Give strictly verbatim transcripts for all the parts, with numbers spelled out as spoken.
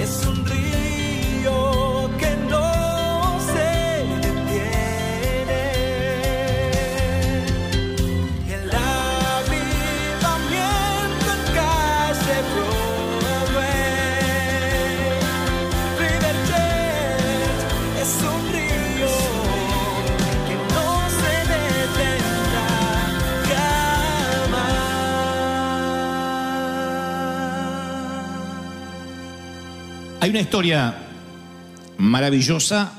Es un río que no se detiene. El avivamiento en calle Broadway. River Church es un río que no se detendrá jamás. Hay una historia maravillosa.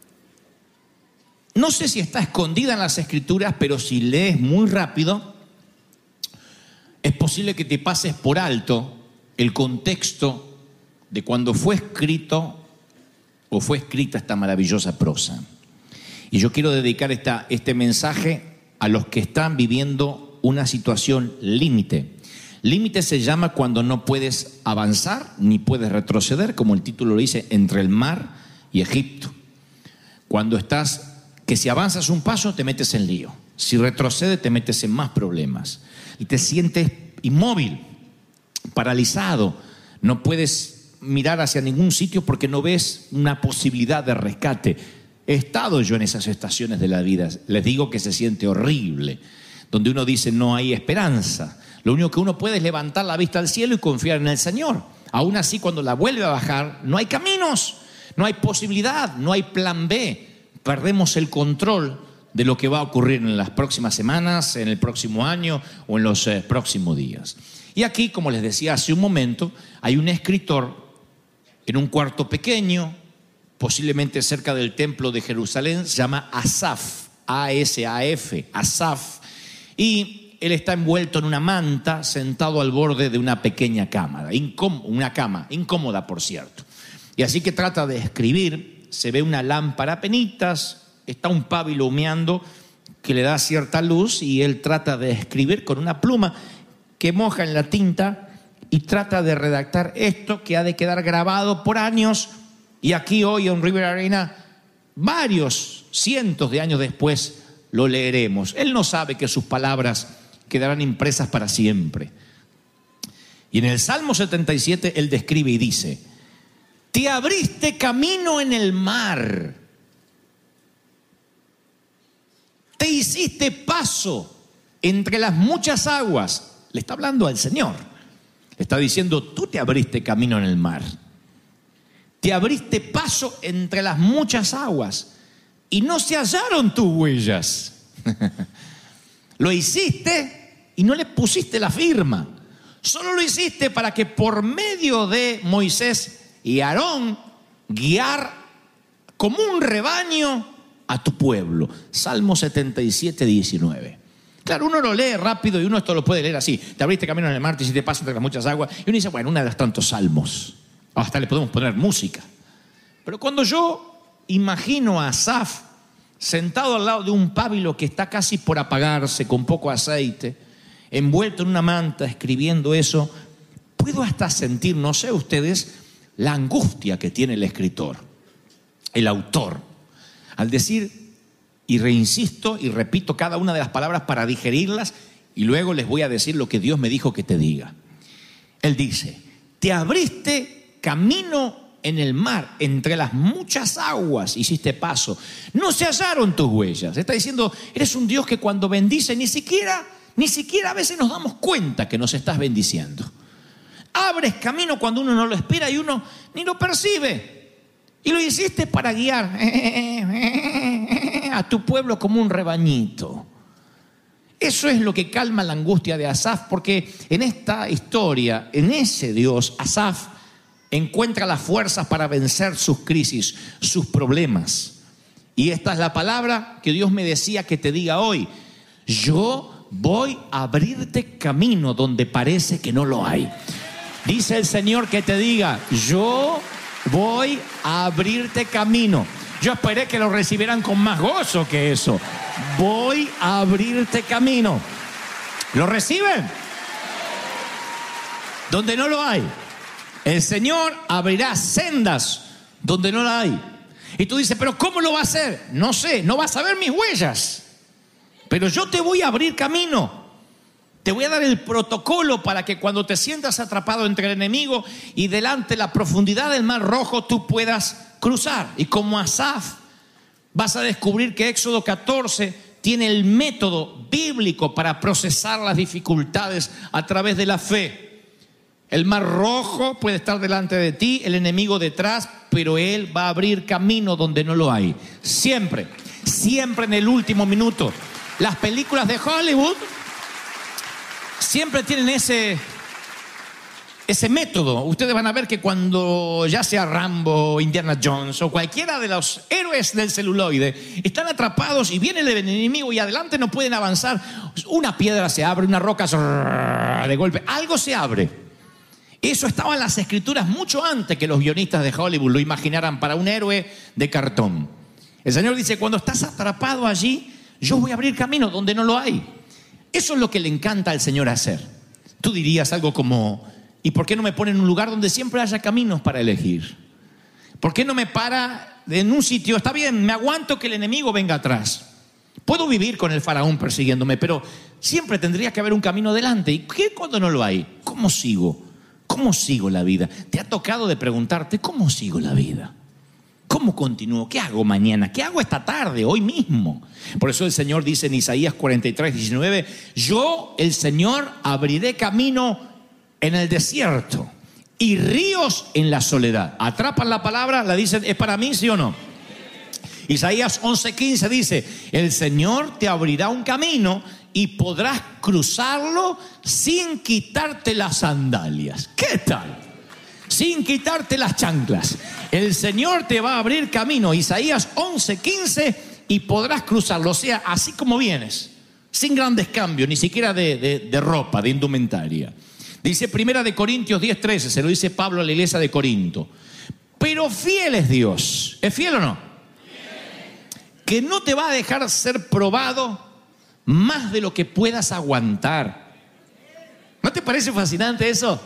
No sé si está escondida en las Escrituras, pero si lees muy rápido, es posible que te pases por alto el contexto de cuando fue escrito o fue escrita esta maravillosa prosa. Y yo quiero dedicar esta, este mensaje a los que están viviendo una situación límite. Límite se llama cuando no puedes avanzar ni puedes retroceder, como el título lo dice, entre el mar y Egipto. Cuando estás, que si avanzas un paso te metes en lío, si retrocedes te metes en más problemas y te sientes inmóvil, paralizado, no puedes mirar hacia ningún sitio porque no ves una posibilidad de rescate. He estado yo en esas estaciones de la vida, les digo que se siente horrible, donde uno dice no hay esperanza. Lo único que uno puede es levantar la vista al cielo y confiar en el Señor. Aún así, cuando la vuelve a bajar, no hay caminos, no hay posibilidad, no hay plan B. Perdemos el control de lo que va a ocurrir en las próximas semanas, en el próximo año o en los eh, próximos días. Y aquí, como les decía hace un momento, hay un escritor en un cuarto pequeño, posiblemente cerca del templo de Jerusalén, se llama Asaf, A S A F, Asaf. Y él está envuelto en una manta, sentado al borde de una pequeña cámara, incóm- una cama, incómoda por cierto. Y así que trata de escribir, se ve una lámpara a penitas, está un pábilo humeando que le da cierta luz y él trata de escribir con una pluma que moja en la tinta y trata de redactar esto que ha de quedar grabado por años. Y aquí hoy en River Arena, varios cientos de años después, lo leeremos. Él no sabe que sus palabras quedarán impresas para siempre. Y en el Salmo setenta y siete él describe y dice: te abriste camino en el mar, te hiciste paso entre las muchas aguas. Le está hablando al Señor, le está diciendo: tú te abriste camino en el mar, te abriste paso entre las muchas aguas y no se hallaron tus huellas. Lo hiciste y no le pusiste la firma. Solo lo hiciste para que por medio de Moisés y Aarón guiar como un rebaño a tu pueblo. Salmo setenta y siete, diecinueve. Claro, uno lo lee rápido y uno esto lo puede leer así: te abriste camino en el mar, te hiciste paso entre las muchas aguas. Y uno dice, bueno, uno de los tantos salmos, hasta le podemos poner música. Pero cuando yo imagino a Asaf sentado al lado de un pábilo que está casi por apagarse, con poco aceite, envuelto en una manta, escribiendo eso, puedo hasta sentir, no sé ustedes, la angustia que tiene el escritor, el autor, al decir, y reinsisto y repito cada una de las palabras para digerirlas, y luego les voy a decir lo que Dios me dijo que te diga. Él dice: te abriste camino en el mar, entre las muchas aguas hiciste paso, no se hallaron tus huellas. Está diciendo, eres un Dios que cuando bendice ni siquiera, ni siquiera a veces nos damos cuenta que nos estás bendiciendo. Abres camino cuando uno no lo espera y uno ni lo percibe. Y lo hiciste para guiar a tu pueblo como un rebañito. Eso es lo que calma la angustia de Asaf, porque en esta historia, en ese Dios, Asaf encuentra las fuerzas para vencer sus crisis, sus problemas. Y esta es la palabra que Dios me decía que te diga hoy: yo voy a abrirte camino donde parece que no lo hay. Dice el Señor que te diga: yo voy a abrirte camino. Yo esperé que lo recibieran con más gozo que eso. Voy a abrirte camino. ¿Lo reciben? Donde no lo hay. El Señor abrirá sendas donde no la hay. Y tú dices, pero ¿cómo lo va a hacer? No sé, no vas a ver mis huellas, pero yo te voy a abrir camino. Te voy a dar el protocolo para que cuando te sientas atrapado entre el enemigo y delante de la profundidad del mar rojo, tú puedas cruzar. Y como Asaf, vas a descubrir que Éxodo catorce tiene el método bíblico para procesar las dificultades a través de la fe. El mar rojo puede estar delante de ti, el enemigo detrás, pero él va a abrir camino donde no lo hay. Siempre, siempre en el último minuto. Las películas de Hollywood siempre tienen ese, ese método. Ustedes van a ver que cuando ya sea Rambo, Indiana Jones o cualquiera de los héroes del celuloide están atrapados y viene el enemigo y adelante no pueden avanzar, una piedra se abre, una roca de golpe, algo se abre. Eso estaba en las escrituras mucho antes que los guionistas de Hollywood lo imaginaran para un héroe de cartón. El Señor dice, cuando estás atrapado allí, yo voy a abrir camino donde no lo hay. Eso es lo que le encanta al Señor hacer. Tú dirías algo como, ¿y por qué no me pone en un lugar donde siempre haya caminos para elegir? ¿Por qué no me para en un sitio? Está bien, me aguanto que el enemigo venga atrás. Puedo vivir con el faraón persiguiéndome, pero siempre tendría que haber un camino delante. ¿Y qué cuando no lo hay? ¿Cómo sigo? ¿Cómo sigo la vida? ¿Te ha tocado de preguntarte cómo sigo la vida? ¿Cómo continúo? ¿Qué hago mañana? ¿Qué hago esta tarde, hoy mismo? Por eso el Señor dice en Isaías cuarenta y tres, diecinueve, yo, el Señor, abriré camino en el desierto y ríos en la soledad. Atrapan la palabra, la dicen, ¿es para mí, sí o no? Isaías once, quince dice, el Señor te abrirá un camino y podrás cruzarlo sin quitarte las sandalias. ¿Qué tal? Sin quitarte las chanclas. El Señor te va a abrir camino. Isaías once, quince, y podrás cruzarlo. O sea, así como vienes, sin grandes cambios, ni siquiera de, de, de ropa, de indumentaria. Dice Primera de Corintios diez, trece, se lo dice Pablo a la iglesia de Corinto. Pero fiel es Dios. ¿Es fiel o no? Que no te va a dejar ser probado más de lo que puedas aguantar. ¿No te parece fascinante eso?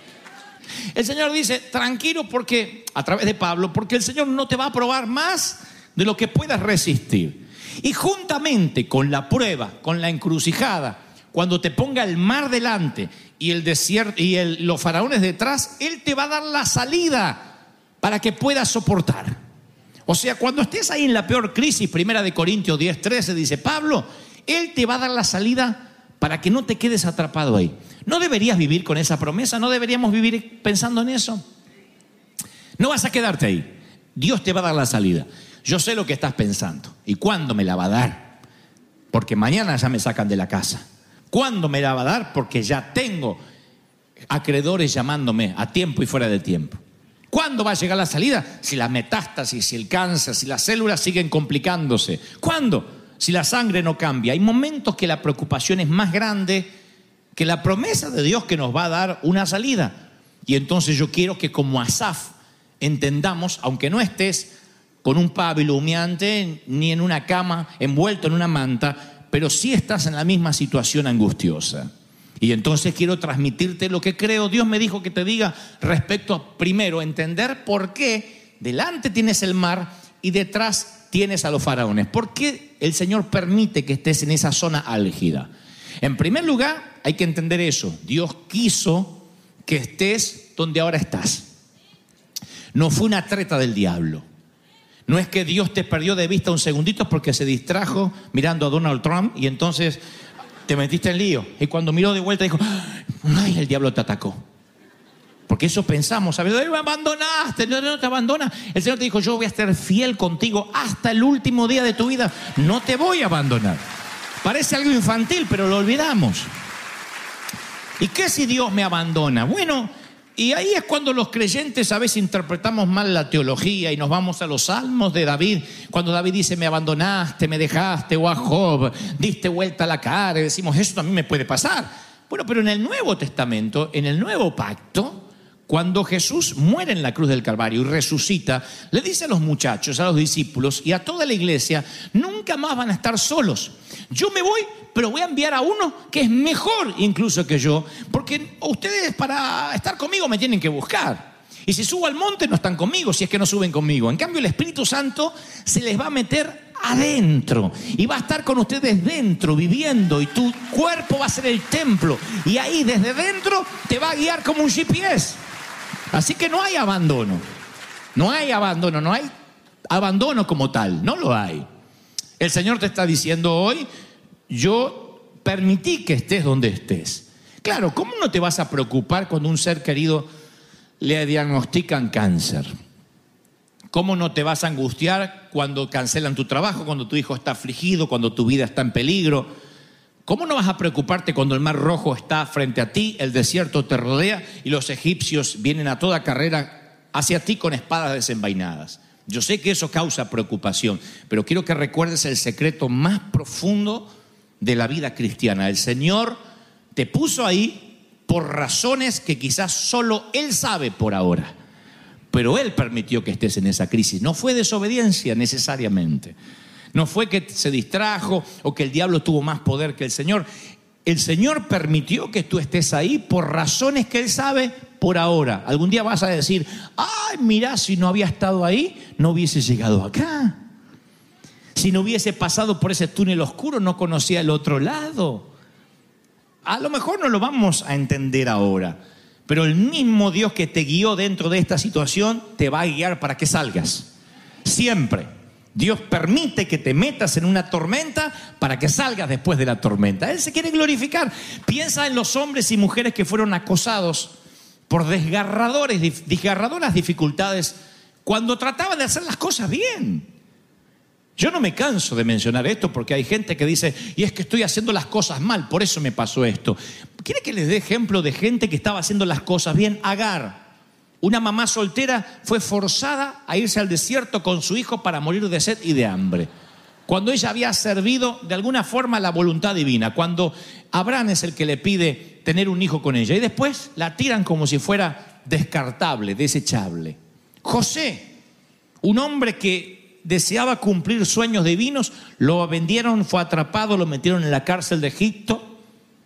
El Señor dice, tranquilo porque, a través de Pablo, porque el Señor no te va a probar más de lo que puedas resistir. Y juntamente con la prueba, con la encrucijada, cuando te ponga el mar delante y el desierto y el, los faraones detrás, Él te va a dar la salida para que puedas soportar. O sea, cuando estés ahí en la peor crisis, Primera de Corintios diez, trece, dice Pablo, Él te va a dar la salida para que no te quedes atrapado ahí. ¿No deberías vivir con esa promesa? ¿No deberíamos vivir pensando en eso? No vas a quedarte ahí. Dios te va a dar la salida. Yo sé lo que estás pensando. ¿Y cuándo me la va a dar? Porque mañana ya me sacan de la casa. ¿Cuándo me la va a dar? Porque ya tengo acreedores llamándome a tiempo y fuera de tiempo. ¿Cuándo va a llegar la salida? Si la metástasis, si el cáncer, si las células siguen complicándose. ¿Cuándo? Si la sangre no cambia. Hay momentos que la preocupación es más grande que la promesa de Dios que nos va a dar una salida. Y entonces yo quiero que como Asaf entendamos, aunque no estés con un pábilo humeante ni en una cama envuelto en una manta, pero sí estás en la misma situación angustiosa. Y entonces quiero transmitirte lo que creo Dios me dijo que te diga respecto a, primero, entender por qué delante tienes el mar y detrás tienes a los faraones. ¿Por qué el Señor permite que estés en esa zona álgida? En primer lugar, hay que entender eso. Dios quiso que estés donde ahora estás. No fue una treta del diablo. No es que Dios te perdió de vista un segundito porque se distrajo mirando a Donald Trump y entonces te metiste en lío. Y cuando miró de vuelta dijo, ay, el diablo te atacó. Porque eso pensamos, ¿sabes? Me abandonaste, no, no te abandona. El Señor te dijo, yo voy a estar fiel contigo hasta el último día de tu vida. No te voy a abandonar. Parece algo infantil, pero lo olvidamos. ¿Y qué si Dios me abandona? Bueno, y ahí es cuando los creyentes a veces interpretamos mal la teología y nos vamos a los salmos de David. Cuando David dice, me abandonaste, me dejaste, o a Job, diste vuelta la cara, y decimos, eso también me puede pasar. Bueno, pero en el Nuevo Testamento, en el Nuevo Pacto, cuando Jesús muere en la cruz del Calvario y resucita, le dice a los muchachos, a los discípulos y a toda la iglesia, nunca más van a estar solos. Yo me voy, pero voy a enviar a uno que es mejor incluso que yo, porque ustedes para estar conmigo me tienen que buscar. Y si subo al monte no están conmigo, si es que no suben conmigo. En cambio el Espíritu Santo se les va a meter adentro y va a estar con ustedes dentro, viviendo, y tu cuerpo va a ser el templo. Y ahí desde dentro te va a guiar como un G P S. Así que no hay abandono. No hay abandono, no hay abandono como tal, no lo hay. El Señor te está diciendo hoy, yo permití que estés donde estés. Claro, ¿cómo no te vas a preocupar cuando un ser querido le diagnostican cáncer? ¿Cómo no te vas a angustiar cuando cancelan tu trabajo, cuando tu hijo está afligido, cuando tu vida está en peligro? ¿Cómo no vas a preocuparte cuando el mar rojo está frente a ti, el desierto te rodea y los egipcios vienen a toda carrera hacia ti con espadas desenvainadas? Yo sé que eso causa preocupación, pero quiero que recuerdes el secreto más profundo de la vida cristiana. El Señor te puso ahí por razones que quizás solo Él sabe por ahora. Pero Él permitió que estés en esa crisis. No fue desobediencia necesariamente. No fue que se distrajo o que el diablo tuvo más poder que el Señor. El Señor permitió que tú estés ahí por razones que Él sabe por ahora. Algún día vas a decir, ay, mirá, si no había estado ahí, no hubiese llegado acá. Si no hubiese pasado por ese túnel oscuro, no conocía el otro lado. A lo mejor no lo vamos a entender ahora, pero el mismo Dios que te guió dentro de esta situación te va a guiar para que salgas. Siempre. Dios permite que te metas en una tormenta para que salgas después de la tormenta. Él se quiere glorificar. Piensa en los hombres y mujeres que fueron acosados por desgarradores, desgarradoras dificultades cuando trataban de hacer las cosas bien. Yo no me canso de mencionar esto porque hay gente que dice, y es que estoy haciendo las cosas mal, por eso me pasó esto. ¿Quiere que les dé ejemplo de gente que estaba haciendo las cosas bien? Agar, una mamá soltera, fue forzada a irse al desierto con su hijo para morir de sed y de hambre, cuando ella había servido de alguna forma la voluntad divina, cuando Abraham es el que le pide tener un hijo con ella, y después la tiran como si fuera descartable, desechable. José, un hombre que deseaba cumplir sueños divinos, lo vendieron, fue atrapado, lo metieron en la cárcel de Egipto,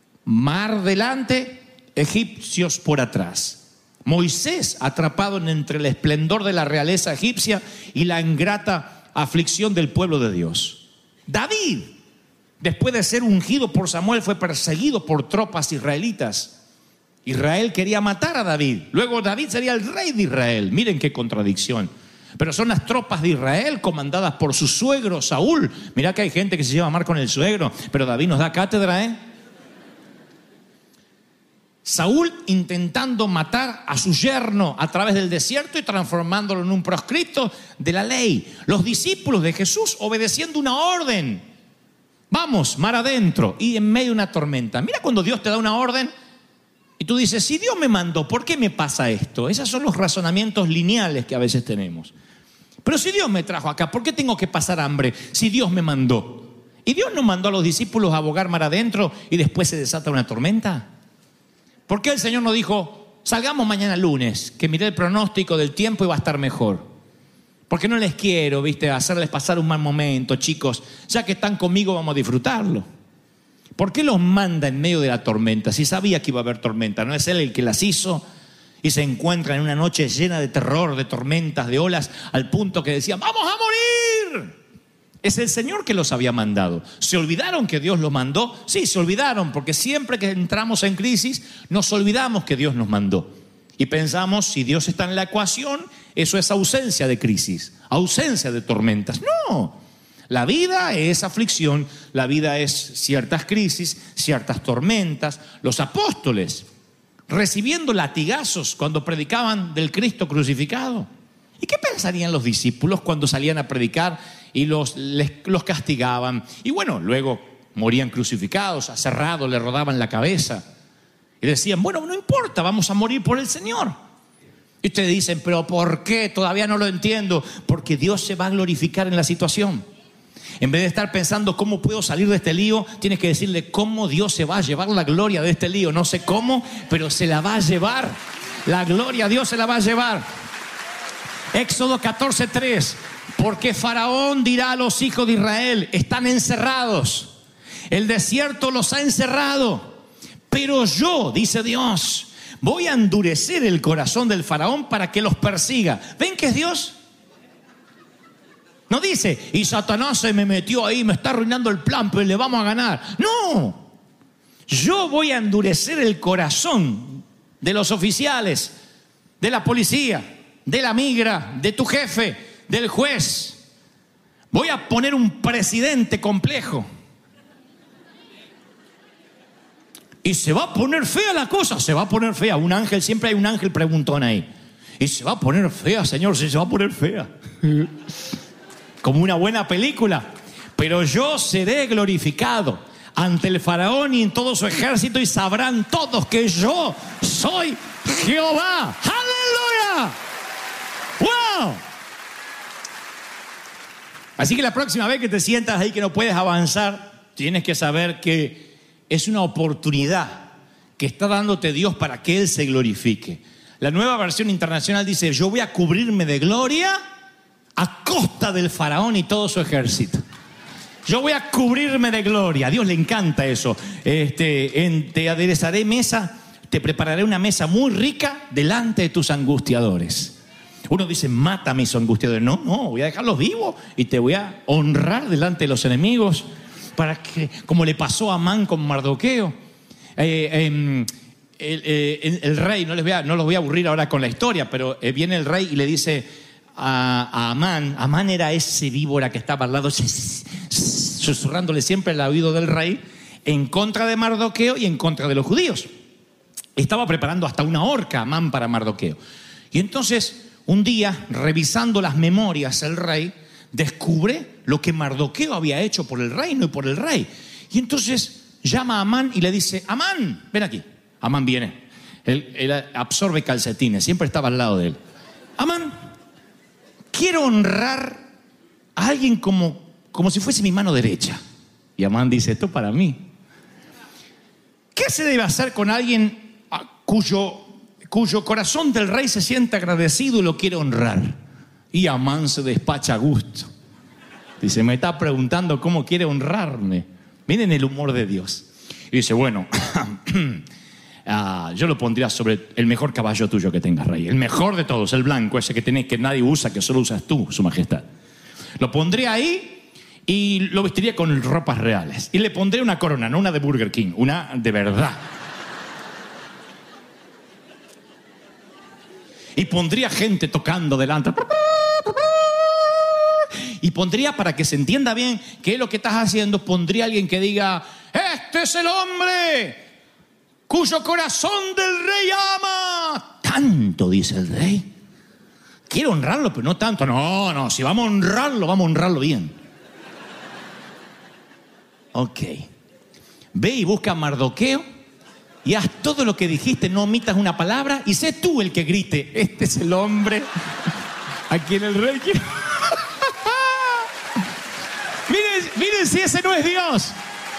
mar delante, egipcios por atrás. Moisés, atrapado entre el esplendor de la realeza egipcia y la ingrata aflicción del pueblo de Dios. David, después de ser ungido por Samuel, fue perseguido por tropas israelitas. Israel quería matar a David, luego David sería el rey de Israel. Miren qué contradicción. Pero son las tropas de Israel comandadas por su suegro Saúl. Mirá que hay gente que se lleva mal con el suegro, pero David nos da cátedra, ¿eh? Saúl intentando matar a su yerno a través del desierto y transformándolo en un proscripto de la ley. Los discípulos de Jesús obedeciendo una orden. Vamos, mar adentro, y en medio de una tormenta. Mira cuando Dios te da una orden y tú dices, si Dios me mandó, ¿por qué me pasa esto? Esos son los razonamientos lineales que a veces tenemos. Pero si Dios me trajo acá, ¿por qué tengo que pasar hambre si Dios me mandó? ¿Y Dios no mandó a los discípulos a bogar mar adentro y después se desata una tormenta? ¿Por qué el Señor no dijo, salgamos mañana lunes, que miré el pronóstico del tiempo y va a estar mejor? Porque no les quiero, viste, hacerles pasar un mal momento, chicos. Ya que están conmigo, vamos a disfrutarlo. ¿Por qué los manda en medio de la tormenta? Si sabía que iba a haber tormenta, ¿no es Él el que las hizo? Y se encuentra en una noche llena de terror, de tormentas, de olas, al punto que decían, ¡vamos a morir! Es el Señor que los había mandado. ¿Se olvidaron que Dios los mandó? Sí, se olvidaron, porque siempre que entramos en crisis nos olvidamos que Dios nos mandó. Y pensamos, si Dios está en la ecuación, eso es ausencia de crisis, ausencia de tormentas. No, la vida es aflicción, la vida es ciertas crisis, ciertas tormentas. Los apóstoles recibiendo latigazos cuando predicaban del Cristo crucificado. ¿Y qué pensarían los discípulos cuando salían a predicar y los, les, los castigaban? Y bueno, luego morían crucificados, aserrados, le rodaban la cabeza. Y decían, bueno, no importa, vamos a morir por el Señor. Y ustedes dicen, pero ¿por qué? Todavía no lo entiendo. Porque Dios se va a glorificar en la situación. En vez de estar pensando cómo puedo salir de este lío, tienes que decirle cómo Dios se va a llevar la gloria de este lío. No sé cómo, pero se la va a llevar. La gloria Dios se la va a llevar. Éxodo catorce tres, porque Faraón dirá a los hijos de Israel, están encerrados, el desierto los ha encerrado, pero yo, dice Dios, Voy a endurecer el corazón del faraón para que los persiga. ¿Ven que es Dios? No dice, y Satanás se me metió ahí, me está arruinando el plan, pero le vamos a ganar. No, yo voy a endurecer el corazón de los oficiales, de la policía, de la migra, de tu jefe, del juez. Voy a poner un presidente complejo. Y se va a poner fea la cosa, se va a poner fea. Un ángel, siempre hay un ángel preguntón ahí. Y se va a poner fea, Señor, sí, se va a poner fea. Como una buena película. Pero yo seré glorificado ante el faraón y en todo su ejército, y sabrán todos que yo soy Jehová. ¡Aleluya! ¡Wow! Así que la próxima vez que te sientas ahí que no puedes avanzar, tienes que saber que es una oportunidad que está dándote Dios para que Él se glorifique. La Nueva Versión Internacional dice, yo voy a cubrirme de gloria a costa del faraón y todo su ejército. Yo voy a cubrirme de gloria. A Dios le encanta eso. Este, en, te aderezaré mesa, te prepararé una mesa muy rica delante de tus angustiadores. Uno dice, mata a mis angustiadores. No, no, voy a dejarlos vivos y te voy a honrar delante de los enemigos. Para que, como le pasó a Amán con Mardoqueo. Eh, eh, el, eh, el rey, no, les voy a, no los voy a aburrir ahora con la historia, pero eh, viene el rey y le dice a, a Amán, Amán era ese víbora que estaba al lado, susurrándole siempre al oído del rey, en contra de Mardoqueo y en contra de los judíos. Estaba preparando hasta una horca Amán para Mardoqueo. Y entonces, un día, revisando las memorias, el rey descubre lo que Mardoqueo había hecho por el reino y por el rey. Y entonces llama a Amán y le dice, Amán, ven aquí. Amán viene. Él, él absorbe calcetines, siempre estaba al lado de él. Amán, quiero honrar a alguien como, como si fuese mi mano derecha. Y Amán dice, esto para mí. ¿Qué se debe hacer con alguien cuyo, cuyo corazón del rey se siente agradecido y lo quiere honrar? Y Amán se despacha a gusto. Dice, me está preguntando cómo quiere honrarme. Miren el humor de Dios. Y dice, bueno, uh, yo lo pondría sobre el mejor caballo tuyo que tengas, rey. El mejor de todos, el blanco, ese que tenés, que nadie usa, que solo usas tú, su majestad. Lo pondría ahí y lo vestiría con ropas reales. Y le pondría una corona, no una de Burger King, una de verdad. Y pondría gente tocando delante. Y pondría, para que se entienda bien qué es lo que estás haciendo, pondría a alguien que diga, este es el hombre cuyo corazón del rey ama. Tanto, dice el rey. Quiero honrarlo, pero no tanto. No, no, si vamos a honrarlo, vamos a honrarlo bien. Ok. Ve y busca a Mardoqueo y haz todo lo que dijiste, no omitas una palabra y sé tú el que grite, este es el hombre a quien el rey quiere. Miren, miren si ese no es Dios.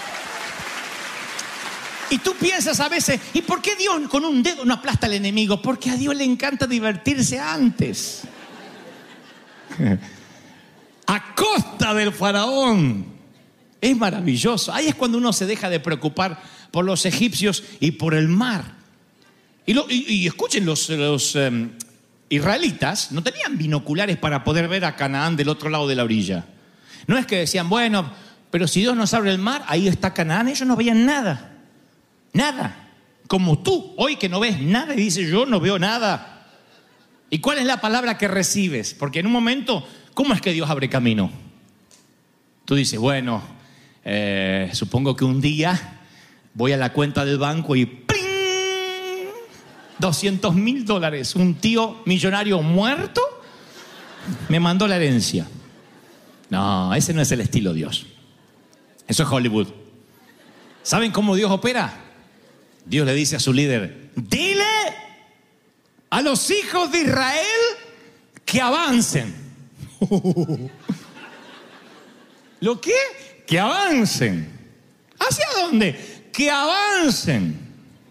Y tú piensas a veces, ¿y por qué Dios con un dedo no aplasta al enemigo? Porque a Dios le encanta divertirse antes. A costa del faraón. Es maravilloso. Ahí es cuando uno se deja de preocupar por los egipcios y por el mar. Y, lo, y, y escuchen, los, los um, israelitas no tenían binoculares para poder ver a Canaán del otro lado de la orilla. No es que decían, bueno, pero si Dios nos abre el mar, ahí está Canaán. Ellos no veían nada. Nada. Como tú, hoy que no ves nada y dices, yo no veo nada. ¿Y cuál es la palabra que recibes? Porque en un momento, ¿cómo es que Dios abre camino? Tú dices, bueno, eh, supongo que un día voy a la cuenta del banco y ¡pling! doscientos mil dólares. Un tío millonario muerto me mandó la herencia. No, ese no es el estilo de Dios. Eso es Hollywood. ¿Saben cómo Dios opera? Dios le dice a su líder, dile a los hijos de Israel que avancen. ¿Lo qué? Que avancen. ¿Hacia dónde? Que avancen.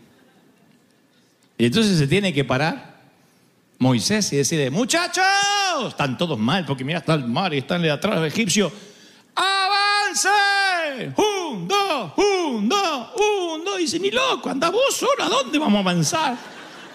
Y entonces se tiene que parar Moisés y decirle, muchachos, están todos mal, porque mira, está el mar y están de atrás los egipcios. ¡Avance! Un, dos, un, dos, un, dos. Y dice, ni loco, anda vos solo, ¿a dónde vamos a avanzar?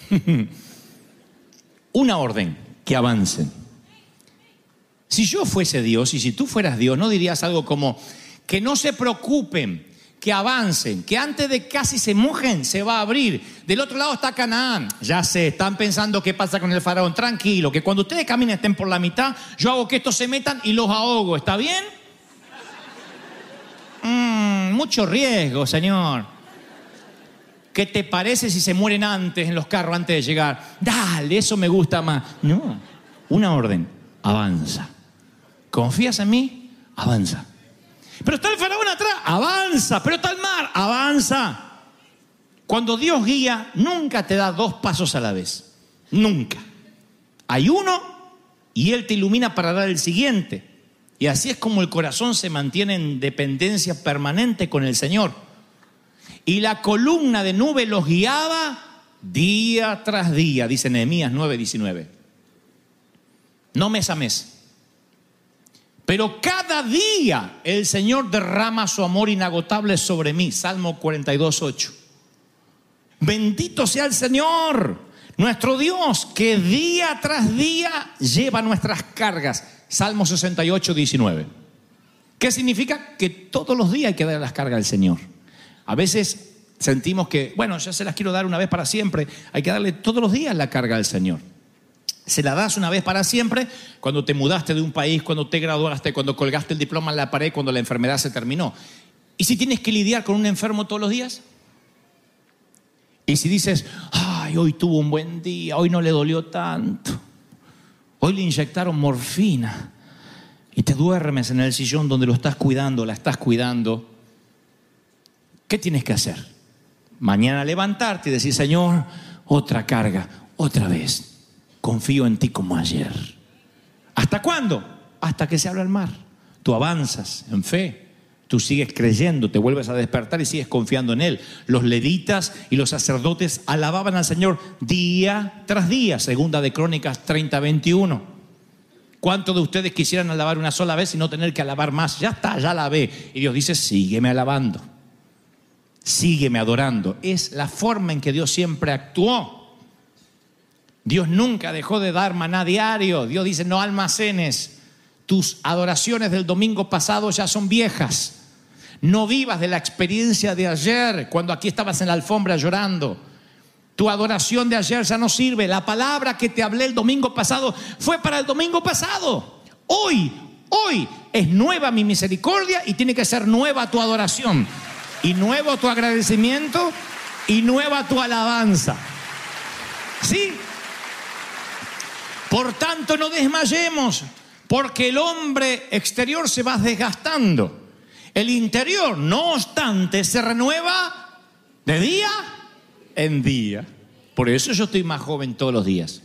Una orden, que avancen. Si yo fuese Dios y si tú fueras Dios, ¿no dirías algo como que no se preocupen, que avancen, que antes de casi se mojen se va a abrir? Del otro lado está Canaán. Ya sé, están pensando qué pasa con el faraón. Tranquilo, que cuando ustedes caminen estén por la mitad, yo hago que estos se metan y los ahogo. ¿Está bien? Mm, mucho riesgo, Señor. ¿Qué te parece si se mueren antes en los carros antes de llegar? Dale, eso me gusta más. No, una orden, avanza. ¿Confías en mí? Avanza. Pero está el faraón atrás, avanza. Pero está el mar, avanza. Cuando Dios guía, nunca te da dos pasos a la vez. Nunca. Hay uno y Él te ilumina para dar el siguiente. Y así es como el corazón se mantiene en dependencia permanente con el Señor. Y la columna de nube los guiaba día tras día, dice Nehemías nueve diecinueve. No mes a mes. Pero cada día el Señor derrama su amor inagotable sobre mí. Salmo cuarenta y dos, ocho. Bendito sea el Señor, nuestro Dios, que día tras día lleva nuestras cargas. Salmo sesenta y ocho, diecinueve. ¿Qué significa? Que todos los días hay que dar las cargas al Señor. A veces sentimos que, bueno, ya se las quiero dar una vez para siempre. Hay que darle todos los días la carga al Señor. Se la das una vez para siempre cuando te mudaste de un país, cuando te graduaste, cuando colgaste el diploma en la pared, cuando la enfermedad se terminó. ¿Y si tienes que lidiar con un enfermo todos los días? Y si dices, ay, hoy tuvo un buen día, hoy no le dolió tanto, hoy le inyectaron morfina, y te duermes en el sillón donde lo estás cuidando, la estás cuidando, ¿qué tienes que hacer? Mañana levantarte y decir, Señor, otra carga, otra vez. Confío en ti como ayer. ¿Hasta cuándo? Hasta que se abra el mar. Tú avanzas en fe. Tú sigues creyendo, te vuelves a despertar y sigues confiando en Él. Los levitas y los sacerdotes alababan al Señor día tras día. Segunda de Crónicas treinta, veintiuno. ¿Cuántos de ustedes quisieran alabar una sola vez y no tener que alabar más? Ya está, ya alabé. Y Dios dice, sígueme alabando. Sígueme adorando. Es la forma en que Dios siempre actuó. Dios nunca dejó de dar maná diario. Dios dice, no almacenes. Tus adoraciones del domingo pasado ya son viejas. No vivas de la experiencia de ayer, cuando aquí estabas en la alfombra llorando. Tu adoración de ayer ya no sirve. La palabra que te hablé el domingo pasado fue para el domingo pasado. Hoy, hoy es nueva mi misericordia y tiene que ser nueva tu adoración. Y nuevo tu agradecimiento y nueva tu alabanza. ¿Sí? Por tanto, no desmayemos, porque el hombre exterior se va desgastando. El interior, no obstante, se renueva de día en día. Por eso yo estoy más joven todos los días.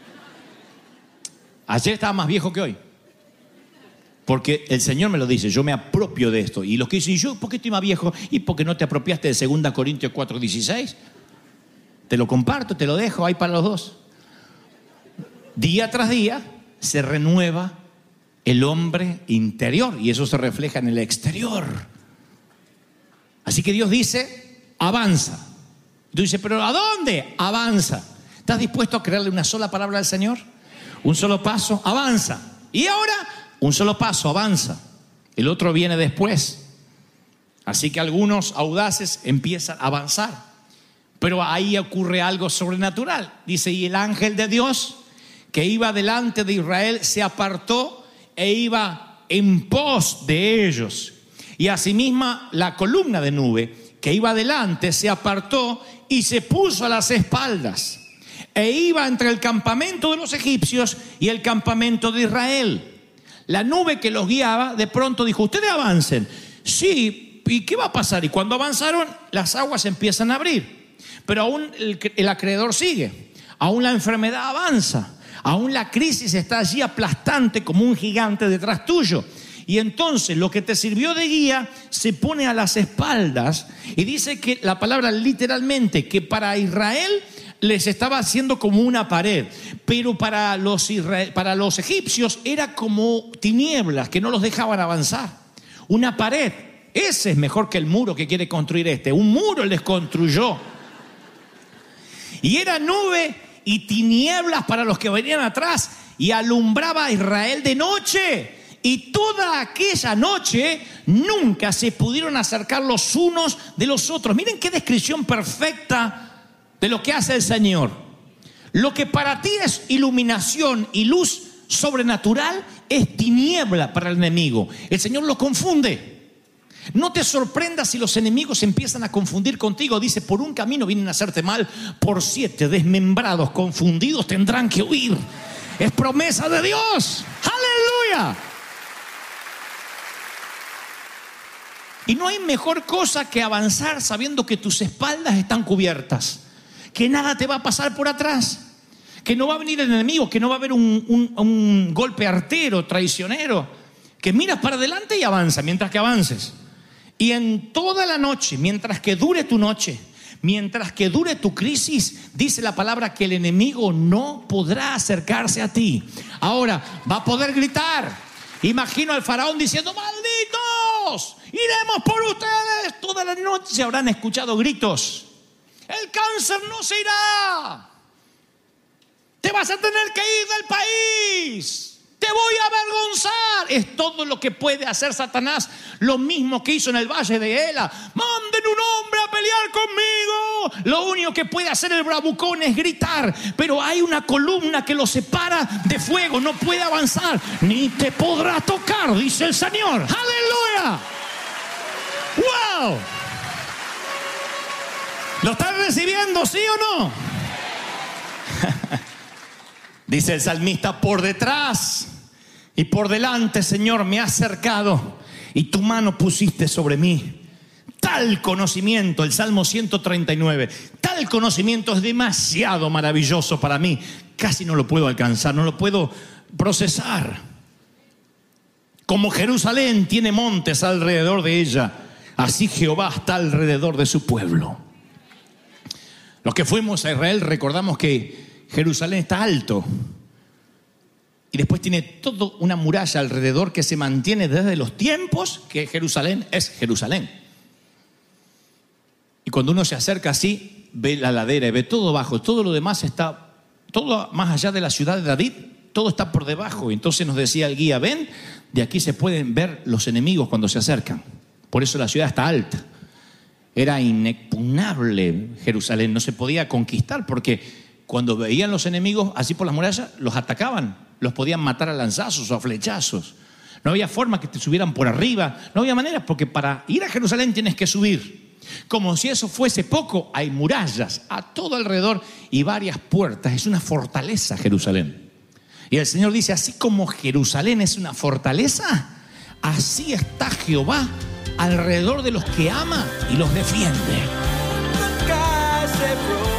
Ayer estaba más viejo que hoy. Porque el Señor me lo dice, yo me apropio de esto. Y los que dicen, yo, ¿por qué estoy más viejo? ¿Y por qué no te apropiaste de segunda Corintios cuatro dieciséis? Te lo comparto, te lo dejo ahí para los dos. Día tras día se renueva el hombre interior y eso se refleja en el exterior. Así que Dios dice, avanza. Tú dices, ¿pero a dónde? Avanza. ¿Estás dispuesto a creerle una sola palabra al Señor? Un solo paso, avanza. Y ahora, un solo paso, avanza. El otro viene después. Así que algunos audaces empiezan a avanzar. Pero ahí ocurre algo sobrenatural. Dice, y el ángel de Dios que iba delante de Israel se apartó e iba en pos de ellos. Y asimismo la columna de nube que iba delante se apartó y se puso a las espaldas. E iba entre el campamento de los egipcios y el campamento de Israel. La nube que los guiaba de pronto dijo, ustedes avancen. Sí, ¿y qué va a pasar? Y cuando avanzaron, las aguas empiezan a abrir. Pero aún el, el acreedor sigue. Aún la enfermedad avanza. Aún la crisis está allí aplastante como un gigante detrás tuyo. Y entonces lo que te sirvió de guía se pone a las espaldas. Y dice que la palabra literalmente que para Israel les estaba haciendo como una pared. Pero para los, israel, para los egipcios era como tinieblas que no los dejaban avanzar. Una pared. Ese es mejor que el muro que quiere construir este. Un muro les construyó. Y era nube y tinieblas para los que venían atrás, y alumbraba a Israel de noche. Y toda aquella noche nunca se pudieron acercar los unos de los otros. Miren qué descripción perfecta de lo que hace el Señor. Lo que para ti es iluminación y luz sobrenatural es tiniebla para el enemigo. El Señor lo confunde. No te sorprendas si los enemigos empiezan a confundir contigo. Dice, por un camino vienen a hacerte mal, por siete desmembrados, confundidos tendrán que huir. Es promesa de Dios. ¡Aleluya! Y no hay mejor cosa que avanzar sabiendo que tus espaldas están cubiertas, que nada te va a pasar por atrás, que no va a venir el enemigo, que no va a haber un, un, un golpe artero, traicionero, que miras para adelante y avanza mientras que avances. Y en toda la noche, mientras que dure tu noche, mientras que dure tu crisis, dice la palabra que el enemigo no podrá acercarse a ti. Ahora, va a poder gritar. Imagino al faraón diciendo, malditos, iremos por ustedes. Toda la noche habrán escuchado gritos. El cáncer no se irá. Te vas a tener que ir del país. Te voy a avergonzar. Es todo lo que puede hacer Satanás. Lo mismo que hizo en el valle de Ela. Manden un hombre a pelear conmigo. Lo único que puede hacer el bravucón es gritar. Pero hay una columna que lo separa de fuego. No puede avanzar. Ni te podrá tocar, dice el Señor. ¡Aleluya! ¡Wow! ¿Lo están recibiendo, sí o no? Dice el salmista, por detrás y por delante, Señor, me has cercado y tu mano pusiste sobre mí. Tal conocimiento, el Salmo ciento treinta y nueve, tal conocimiento es demasiado maravilloso para mí. Casi no lo puedo alcanzar, no lo puedo procesar. Como Jerusalén tiene montes alrededor de ella, así Jehová está alrededor de su pueblo. Los que fuimos a Israel recordamos que Jerusalén está alto y después tiene toda una muralla alrededor que se mantiene desde los tiempos que Jerusalén es Jerusalén. Y cuando uno se acerca así, ve la ladera y ve todo abajo. Todo lo demás está, todo más allá de la ciudad de David, todo está por debajo. Y entonces nos decía el guía, ven, de aquí se pueden ver los enemigos cuando se acercan. Por eso la ciudad está alta. Era inexpugnable Jerusalén, no se podía conquistar porque cuando veían los enemigos así por las murallas, los atacaban, los podían matar a lanzazos o a flechazos. No había forma que te subieran por arriba, no había manera, porque para ir a Jerusalén tienes que subir. Como si eso fuese poco, hay murallas a todo alrededor y varias puertas. Es una fortaleza Jerusalén. Y el Señor dice, así como Jerusalén es una fortaleza, así está Jehová alrededor de los que ama y los defiende. Nunca se